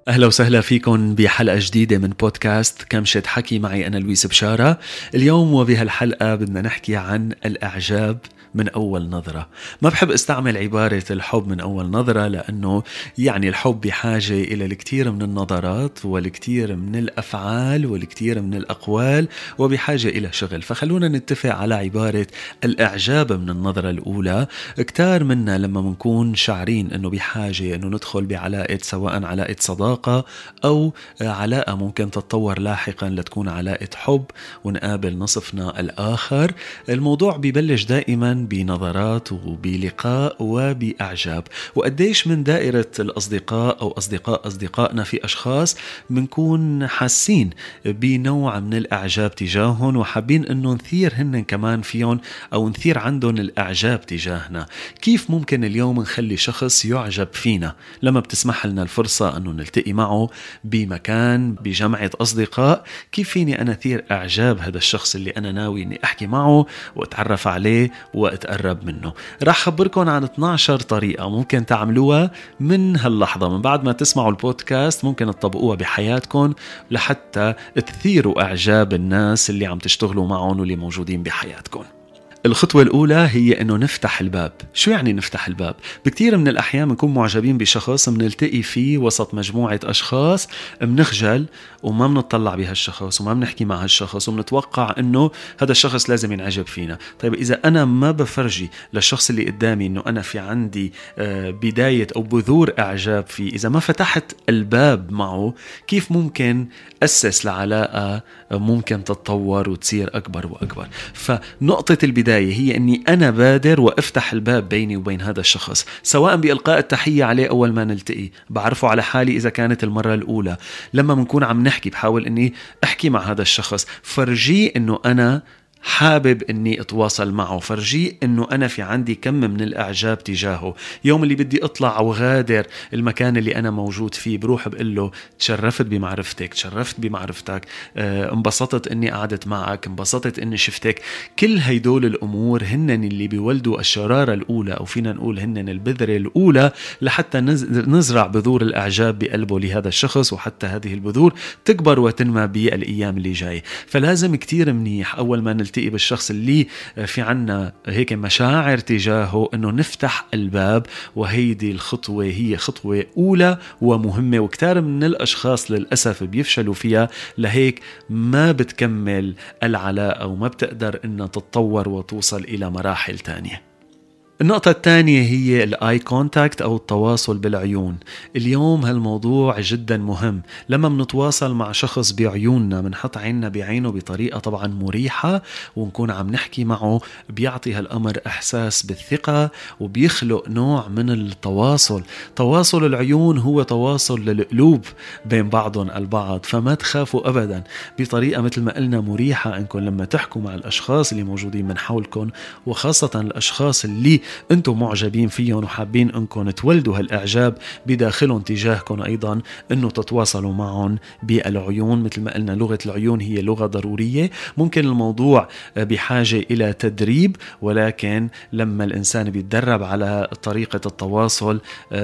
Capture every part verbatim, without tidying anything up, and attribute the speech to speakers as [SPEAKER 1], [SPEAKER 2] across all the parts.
[SPEAKER 1] أهلا وسهلا فيكم بحلقة جديدة من بودكاست كمشة حكي. معي أنا لويس بشارة. اليوم وبهالحلقة بدنا نحكي عن الإعجاب من أول نظرة. ما بحب استعمل عبارة الحب من أول نظرة لأنه يعني الحب بحاجة إلى الكثير من النظرات والكثير من الأفعال والكثير من الأقوال وبحاجة إلى شغل، فخلونا نتفق على عبارة الإعجاب من النظرة الأولى. كتار منا لما منكون شعرين أنه بحاجة أنه ندخل بعلاقة، سواء علاقة صداقة أو علاقة ممكن تتطور لاحقا لتكون علاقة حب ونقابل نصفنا الآخر، الموضوع بيبلش دائما بنظرات وبلقاء وبإعجاب. وقديش من دائرة الأصدقاء أو أصدقاء أصدقائنا في أشخاص منكون حاسين بنوع من الإعجاب تجاههم وحابين أنه نثير هن كمان فيهم أو نثير عندهم الإعجاب تجاهنا. كيف ممكن اليوم نخلي شخص يعجب فينا لما بتسمح لنا الفرصة أنه نلتقي معه بمكان بجمعة أصدقاء؟ كيف فيني أنا أثير إعجاب هذا الشخص اللي أنا ناوي أني أحكي معه وأتعرف عليه وأتقرب منه؟ راح خبركم عن اثنتي عشرة طريقة ممكن تعملوها من هاللحظة، من بعد ما تسمعوا البودكاست ممكن تطبقوها بحياتكم لحتى تثيروا إعجاب الناس اللي عم تشتغلوا معهم واللي موجودين بحياتكم. الخطوة الأولى هي أنه نفتح الباب. شو يعني نفتح الباب؟ بكتير من الأحيان نكون معجبين بشخص، منلتقي فيه وسط مجموعة أشخاص، منخجل وما منطلع بهالشخص وما منحكي مع هالشخص ومنتوقع أنه هذا الشخص لازم ينعجب فينا. طيب إذا أنا ما بفرجي للشخص اللي قدامي أنه أنا في عندي بداية أو بذور إعجاب فيه، إذا ما فتحت الباب معه، كيف ممكن أسس لعلاقة ممكن تتطور وتصير أكبر وأكبر؟ فنقطة البداية هي أني أنا بادر وأفتح الباب بيني وبين هذا الشخص، سواء بإلقاء التحية عليه أول ما نلتقي، بعرفه على حالي إذا كانت المرة الأولى، لما منكون عم نحكي بحاول أني أحكي مع هذا الشخص، فرجيه أنه أنا حابب أني أتواصل معه، فرجيه أنه أنا في عندي كم من الإعجاب تجاهه. يوم اللي بدي أطلع وغادر المكان اللي أنا موجود فيه بروح بقول له تشرفت بمعرفتك، تشرفت بمعرفتك، آه، انبسطت أني قعدت معك، انبسطت أني شفتك. كل هيدول الأمور هن اللي بيولدوا الشرارة الأولى، أو فينا نقول هن البذرة الأولى لحتى نزرع بذور الإعجاب بقلبه لهذا الشخص، وحتى هذه البذور تكبر وتنمى بالأيام اللي جاي. فلازم كتير منيح أول ما نلتقي بالشخص اللي في عنا هيك مشاعر تجاهه انه نفتح الباب، وهيدي الخطوة هي خطوة اولى ومهمة، وكتار من الاشخاص للأسف بيفشلوا فيها، لهيك ما بتكمل العلاقة وما بتقدر انها تتطور وتوصل الى مراحل تانية. النقطة الثانية هي الاي كونتاكت أو التواصل بالعيون. اليوم هالموضوع جدا مهم. لما منتواصل مع شخص بعيوننا، منحط عيننا بعينه بطريقة طبعا مريحة ونكون عم نحكي معه، بيعطي هالأمر إحساس بالثقة وبيخلق نوع من التواصل. تواصل العيون هو تواصل للقلوب بين بعضهم البعض، فما تخافوا أبدا، بطريقة مثل ما قلنا مريحة، أنكم لما تحكوا مع الأشخاص اللي موجودين من حولكم، وخاصة الأشخاص اللي انتم معجبين فيهم وحابين انكم تولدوا هالاعجاب بداخلهم تجاهكم، ايضا انه تتواصلوا معهم بالعيون. مثل ما قلنا لغة العيون هي لغة ضرورية. ممكن الموضوع بحاجة الى تدريب، ولكن لما الانسان بيتدرب على طريقة التواصل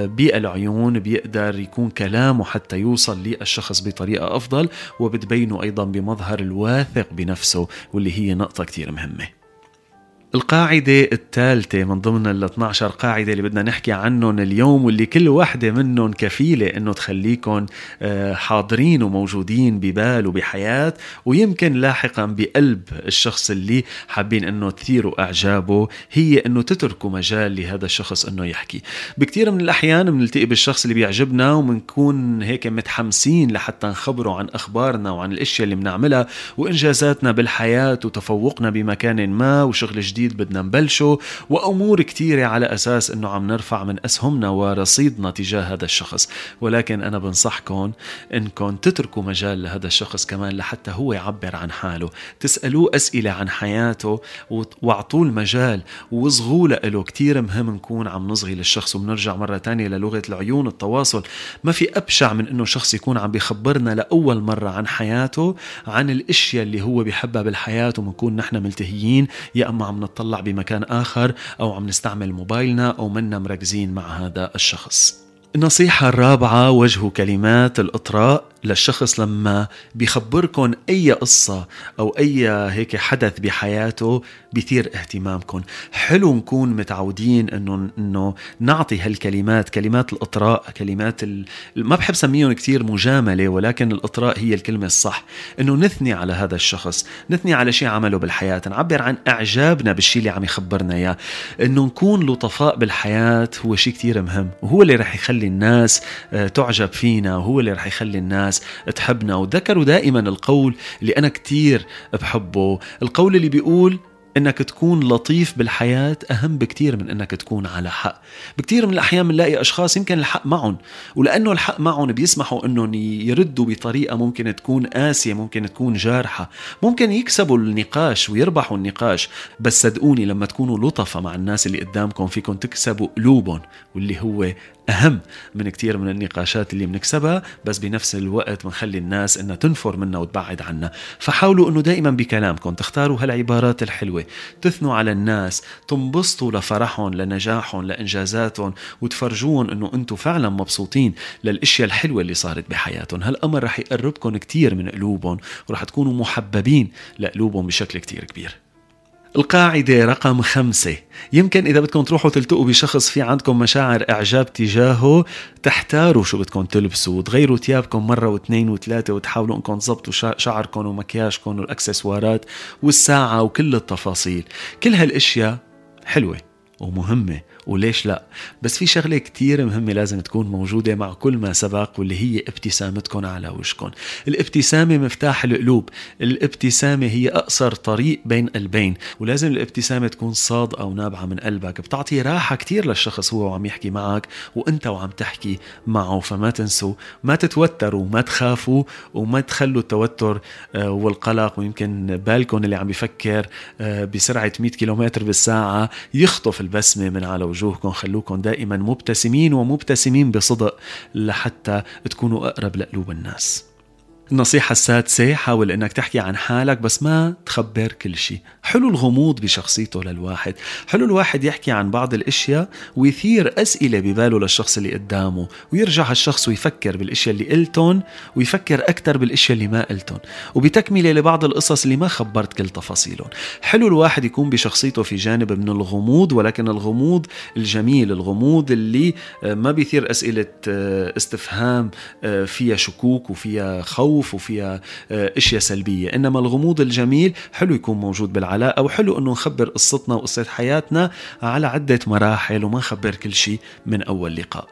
[SPEAKER 1] بالعيون بيقدر يكون كلامه حتى يوصل للشخص بطريقة افضل، وبتبينه ايضا بمظهر الواثق بنفسه، واللي هي نقطة كتير مهمة. القاعدة الثالثة من ضمن ال اثنتي عشرة قاعدة اللي بدنا نحكي عنهم اليوم، واللي كل واحدة منهم كفيلة انه تخليكم حاضرين وموجودين ببال وبحياة، ويمكن لاحقا بقلب الشخص اللي حابين انه تثيروا اعجابه، هي انه تتركوا مجال لهذا الشخص انه يحكي. بكتير من الاحيان بنلتقي بالشخص اللي بيعجبنا ومنكون هيك متحمسين لحتى نخبره عن اخبارنا وعن الاشياء اللي بنعملها وانجازاتنا بالحياة وتفوقنا بمكان ما وشغل جديد بدنا نبلشه وأمور كتيرة، على أساس أنه عم نرفع من أسهمنا ورصيدنا تجاه هذا الشخص. ولكن أنا بنصحكم أنكم تتركوا مجال لهذا الشخص كمان لحتى هو يعبر عن حاله. تسألوه أسئلة عن حياته واعطوه المجال وصغوا له. كتير مهم نكون عم نصغي للشخص. وبنرجع مرة تانية للغة العيون، التواصل. ما في أبشع من أنه شخص يكون عم بيخبرنا لأول مرة عن حياته، عن الاشياء اللي هو بيحبها بالحياة، ومنكون نحن ملتهيين، يا أما عم نطلع بمكان آخر، أو عم نستعمل موبايلنا، أو منا مركزين مع هذا الشخص. النصيحة الرابعة: وجهوا كلمات الإطراء للشخص لما بيخبركن أي قصة أو أي هيك حدث بحياته بيثير اهتمامكن. حلو نكون متعودين إنه إنه نعطي هالكلمات، كلمات الإطراء، كلمات ال... ما بحب سميهم كتير مجاملة، ولكن الإطراء هي الكلمة الصح. إنه نثني على هذا الشخص، نثني على شيء عمله بالحياة، نعبر عن إعجابنا بالشيء اللي عم يخبرنا إياه. إنه نكون لطفاء بالحياة هو شيء كتير مهم، وهو اللي رح يخلي الناس تعجب فينا، وهو اللي رح يخلي الناس تحبنا. وذكروا دائما القول اللي أنا كتير بحبه، القول اللي بيقول إنك تكون لطيف بالحياة أهم بكتير من إنك تكون على حق. بكتير من الأحيان بنلاقي أشخاص يمكن الحق معهم، ولأنه الحق معهم بيسمحوا إنهم يردوا بطريقة ممكن تكون قاسية، ممكن تكون جارحة، ممكن يكسبوا النقاش ويربحوا النقاش. بس صدقوني لما تكونوا لطفة مع الناس اللي قدامكم فيكم تكسبوا قلوبهم، واللي هو أهم من كتير من النقاشات اللي بنكسبها. بس بنفس الوقت بنخلي الناس إنها تنفر منا وتبعد عنا. فحاولوا إنه دائما بكلامكم تختاروا هالعبارات الحلوة، تثنوا على الناس، تنبسطوا لفرحهم، لنجاحهم، لإنجازاتهم، وتفرجون إنه أنتوا فعلا مبسوطين للأشياء الحلوة اللي صارت بحياتهم. هالأمر رح يقربكم كتير من قلوبهم، ورح تكونوا محببين لقلوبهم بشكل كتير كبير. القاعدة رقم خمسة: يمكن إذا بدكم تروحوا تلتقوا بشخص في عندكم مشاعر إعجاب تجاهه، تحتاروا شو بدكم تلبسوا، وتغيروا تيابكم مرة واثنين وثلاثة، وتحاولوا أنكم تزبطوا شعركم ومكياجكم والأكسسوارات والساعة وكل التفاصيل. كل هالأشياء حلوة ومهمة، وليش لا؟ بس في شغلة كتير مهمة لازم تكون موجودة مع كل ما سبق، واللي هي ابتسامتكم على وجهكم. الابتسامة مفتاح القلوب، الابتسامة هي أقصر طريق بين قلبين، ولازم الابتسامة تكون صادقة ونابعة من قلبك، بتعطي راحة كتير للشخص هو وعم يحكي معك وانت وعم تحكي معه. فما تنسوا، ما تتوتروا، ما تخافوا، وما تخلوا التوتر والقلق ويمكن بالكم اللي عم يفكر بسرعة مئة كيلومتر بالساعة يخطف البسمة من على وجوهكم. خلوكم دائما مبتسمين ومبتسمين بصدق لحتى تكونوا أقرب لقلوب الناس. النصيحة السادسة: حاول انك تحكي عن حالك بس ما تخبر كل شيء. حلو الغموض بشخصيته للواحد، حلو الواحد يحكي عن بعض الاشياء ويثير اسئلة بباله للشخص اللي قدامه، ويرجع هالشخص ويفكر بالاشياء اللي قلتن ويفكر اكتر بالاشياء اللي ما قلتن، وبتكملة لبعض القصص اللي ما خبرت كل تفاصيلهم. حلو الواحد يكون بشخصيته في جانب من الغموض، ولكن الغموض الجميل، الغموض اللي ما بيثير اسئلة استفهام فيها شكوك وفيها خوف وفيها اشياء سلبية. انما الغموض الجميل حلو يكون موجود بالعلاقة، وحلو انه نخبر قصتنا وقصة حياتنا على عدة مراحل وما نخبر كل شيء من اول لقاء.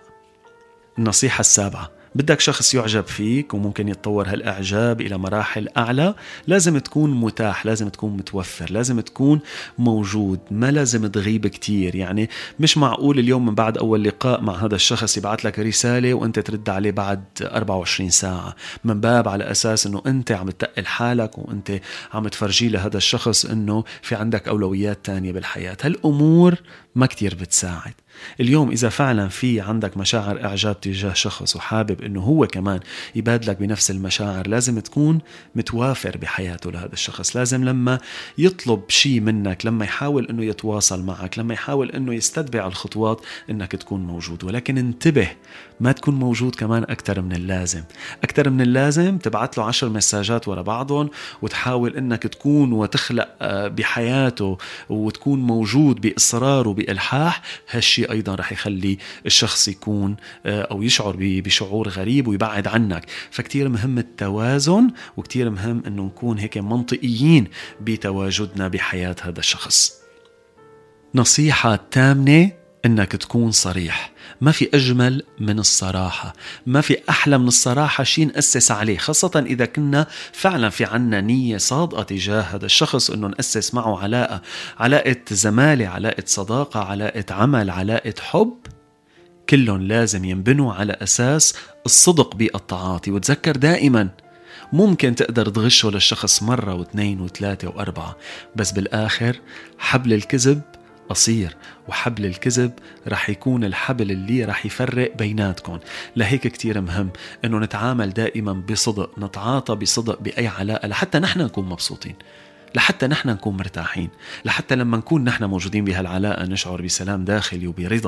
[SPEAKER 1] النصيحة السابعة: بدك شخص يعجب فيك وممكن يتطور هالإعجاب إلى مراحل أعلى، لازم تكون متاح، لازم تكون متوفر، لازم تكون موجود، ما لازم تغيب كتير. يعني مش معقول اليوم من بعد أول لقاء مع هذا الشخص يبعث لك رسالة وأنت ترد عليه بعد أربعة وعشرين ساعة، من باب على أساس أنه أنت عم تتقل حالك وأنت عم تفرجي لهذا الشخص أنه في عندك أولويات تانية بالحياة. هالأمور ما كتير بتساعد. اليوم إذا فعلا في عندك مشاعر إعجاب تجاه شخص وحابب إنه هو كمان يبادلك بنفس المشاعر، لازم تكون متوافر بحياته لهذا الشخص. لازم لما يطلب شيء منك، لما يحاول إنه يتواصل معك، لما يحاول إنه يستتبع الخطوات، إنك تكون موجود. ولكن انتبه، ما تكون موجود كمان أكتر من اللازم. أكتر من اللازم تبعت له عشر مساجات ورا بعضهم وتحاول إنك تكون وتخلق بحياته وتكون موجود بإصرار وبإلحاح، هالشيء أيضا رح يخلي الشخص يكون أو يشعر بشعور غريب ويبعد عنك. فكتير مهم التوازن، وكتير مهم أنه نكون هيك منطقيين بتواجدنا بحياة هذا الشخص. نصيحة تامنة: أنك تكون صريح. ما في أجمل من الصراحة، ما في أحلى من الصراحة شيء نأسس عليه، خاصة إذا كنا فعلا في عنا نية صادقة تجاه هذا الشخص أنه نأسس معه علاقة، علاقة زمالة، علاقة صداقة، علاقة عمل، علاقة حب. كلهم لازم ينبنوا على أساس الصدق بالتعاطي. وتذكر دائما، ممكن تقدر تغشه للشخص مرة واثنين وثلاثة وأربعة، بس بالآخر حبل الكذب قصير، وحبل الكذب رح يكون الحبل اللي رح يفرق بيناتكم. لهيك كتير مهم انه نتعامل دائما بصدق، نتعاطى بصدق بأي علاقة، لحتى نحن نكون مبسوطين، لحتى نحن نكون مرتاحين، لحتى لما نكون نحن موجودين بهالعلاقة نشعر بسلام داخلي وبرضا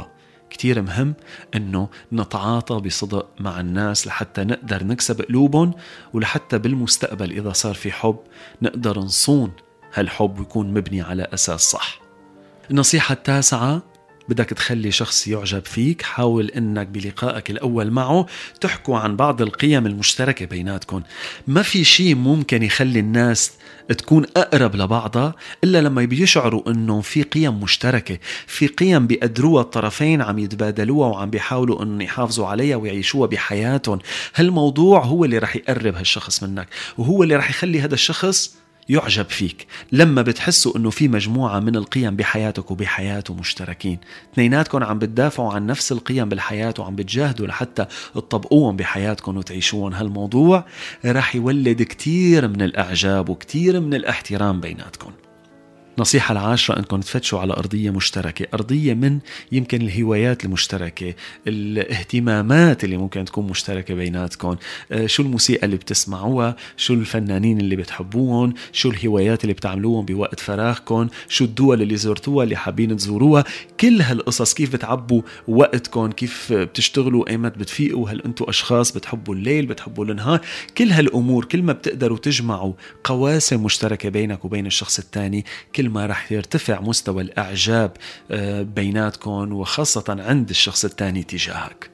[SPEAKER 1] كتير مهم انه نتعاطى بصدق مع الناس لحتى نقدر نكسب قلوبهم، ولحتى بالمستقبل اذا صار في حب نقدر نصون هالحب ويكون مبني على اساس صح. النصيحة التاسعة، بدك تخلي شخص يعجب فيك، حاول انك بلقائك الاول معه تحكوا عن بعض القيم المشتركة بيناتكم. ما في شيء ممكن يخلي الناس تكون اقرب لبعضها الا لما بيشعروا انه في قيم مشتركة، في قيم بيقدروها الطرفين عم يتبادلوها وعم بيحاولوا ان يحافظوا عليها ويعيشوها بحياتهم. هالموضوع هو اللي رح يقرب هالشخص منك، وهو اللي رح يخلي هذا الشخص يعجب فيك. لما بتحسوا انه في مجموعة من القيم بحياتك وبحياته مشتركين، اثنيناتكم عم بتدافعوا عن نفس القيم بالحياة وعم بتجاهدوا لحتى تطبقوهم بحياتكم وتعيشوهم، هالموضوع رح يولد كتير من الاعجاب وكتير من الاحترام بيناتكم. نصيحة العاشرة أنكم تفتشوا على أرضية مشتركة، أرضية من يمكن الهوايات المشتركة، الاهتمامات اللي ممكن تكون مشتركة بيناتكم، شو الموسيقى اللي بتسمعوها، شو الفنانين اللي بتحبوهم، شو الهوايات اللي بتعملوهم بوقت فراغكم، شو الدول اللي زرتوها اللي حابين تزوروها. كل هالقصص، كيف بتعبوا وقتكم، كيف بتشتغلوا، ايمت بتفيقوا، هل أنتوا أشخاص بتحبوا الليل بتحبوا النهار. كل هالأمور كل ما بتقدروا تجمعوا قواسم مشتركة بينك وبين الشخص الثاني، كل ما رح يرتفع مستوى الإعجاب بيناتكم، وخاصة عند الشخص الثاني تجاهك.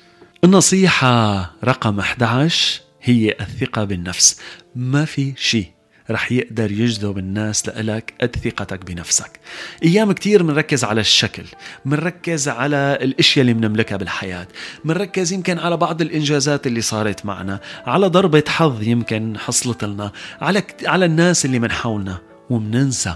[SPEAKER 1] النصيحة رقم أحد عشر هي الثقة بالنفس. ما في شيء رح يقدر يجذب الناس لإلك قد ثقتك بنفسك. أيام كتير منركز على الشكل، منركز على الاشياء اللي منملكها بالحياة، منركز يمكن على بعض الإنجازات اللي صارت معنا، على ضربة حظ يمكن حصلت لنا، على, على الناس اللي من حولنا، ومننسى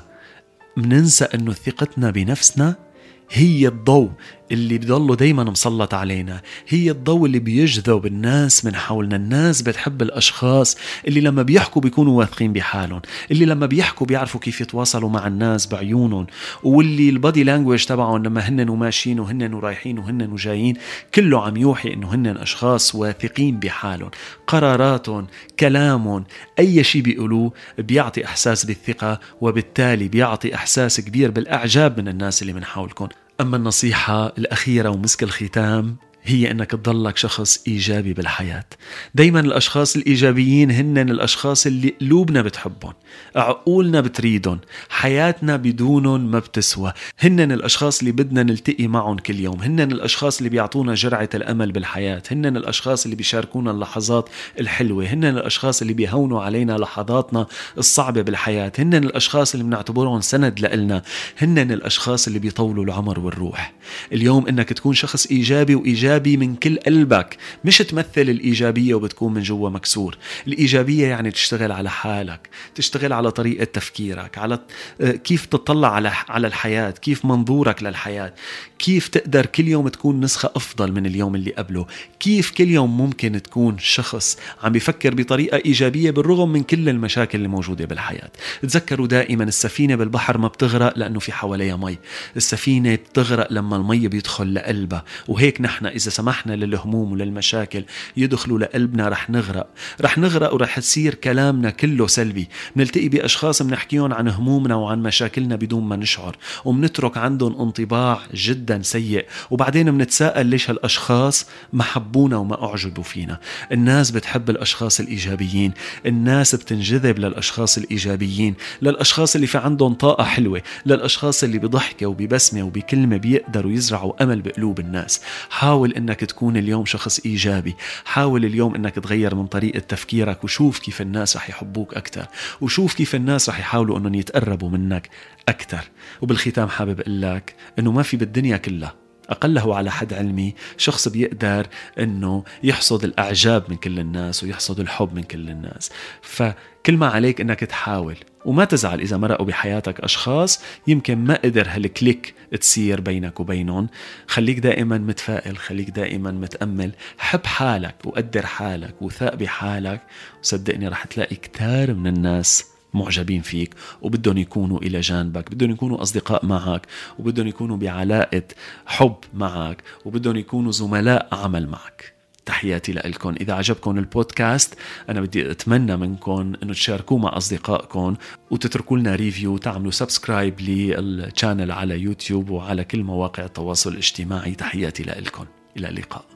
[SPEAKER 1] مننسى أنه ثقتنا بنفسنا هي الضوء اللي بيضلوا دايما مسلط علينا، هي الضوء اللي بيجذب الناس من حولنا. الناس بتحب الأشخاص اللي لما بيحكوا بيكونوا واثقين بحالهم، اللي لما بيحكوا بيعرفوا كيف يتواصلوا مع الناس بعيونهم، واللي البادي لانجويج تبعهم لما هنن وماشيين وهنن ورايحين وهنن وجايين كله عم يوحي انه هنن أشخاص واثقين بحالهم. قراراتهم، كلامهم، أي شيء بيقولوه بيعطي إحساس بالثقة، وبالتالي بيعطي إحساس كبير بالإعجاب من الناس اللي من حولكم. أما النصيحة الأخيرة ومسك الختام هي أنك تضلك شخص إيجابي بالحياة. دايما الأشخاص الإيجابيين هن الأشخاص اللي قلوبنا بتحبهم، عقولنا بتريدهم، حياتنا بدونهم ما بتسوى. هن الأشخاص اللي بدنا نلتقي معهم كل يوم، هن الأشخاص اللي بيعطونا جرعة الأمل بالحياة، هن الأشخاص اللي بيشاركونا اللحظات الحلوة، هن الأشخاص اللي بيهونوا علينا لحظاتنا الصعبة بالحياة، هن الأشخاص اللي بنعتبرهم سند لإلنا، هن الأشخاص اللي بيطولوا العمر والروح. اليوم إنك تكون شخص إيجابي وإيجابي من كل قلبك، مش تمثل الإيجابية وبتكون من جوا مكسور. الإيجابية يعني تشتغل على حالك، تشتغل على طريقة تفكيرك، على كيف تطلع على على الحياة، كيف منظورك للحياة، كيف تقدر كل يوم تكون نسخة أفضل من اليوم اللي قبله، كيف كل يوم ممكن تكون شخص عم بيفكر بطريقة إيجابية بالرغم من كل المشاكل اللي موجودة بالحياة. تذكروا دائما السفينة بالبحر ما بتغرق لأنه في حواليها مي، السفينة بتغرق لما المي بيدخل لقلبها. وهيك نحن إذا سمحنا للهموم وللمشاكل يدخلوا لقلبنا رح نغرق، رح نغرق ورح تصير كلامنا كله سلبي. نلتقي بأشخاص بنحكيهم عن همومنا وعن مشاكلنا بدون ما نشعر، ومنترك عندهم انطباع جدا سيء، وبعدين منتساءل ليش هالأشخاص ما حبونا وما أعجبوا فينا. الناس بتحب الأشخاص الإيجابيين، الناس بتنجذب للأشخاص الإيجابيين، للأشخاص اللي في عندهم طاقة حلوة، للأشخاص اللي بضحكة وببسمة وبكلمة بيقدروا يزرعوا أمل بقلوب الناس. حاول إنك تكون اليوم شخص إيجابي، حاول اليوم إنك تغير من طريقة تفكيرك، وشوف كيف الناس رح يحبوك أكتر، وشوف كيف الناس رح يحاولوا إنهم يتقربوا منك أكتر. وبالختام حابب أقول لك إنه ما في بالدنيا كلها، أقله على حد علمي، شخص بيقدر أنه يحصد الأعجاب من كل الناس ويحصد الحب من كل الناس. فكل ما عليك أنك تحاول، وما تزعل إذا مرقوا بحياتك أشخاص يمكن ما قدر هالكليك تصير بينك وبينهم. خليك دائما متفائل، خليك دائما متأمل، حب حالك وقدر حالك وثق بحالك، وصدقني رح تلاقي كتار من الناس معجبين فيك وبدهم يكونوا إلى جانبك، بدهم يكونوا أصدقاء معك، وبدهم يكونوا بعلاقة حب معك، وبدهم يكونوا زملاء عمل معك. تحياتي لكم. إذا عجبكم البودكاست أنا بدي أتمنى منكم أنه تشاركوه مع أصدقائكم وتتركوا لنا ريفيو وتعملوا سبسكرايب للشانل على يوتيوب وعلى كل مواقع التواصل الاجتماعي. تحياتي لكم، إلى اللقاء.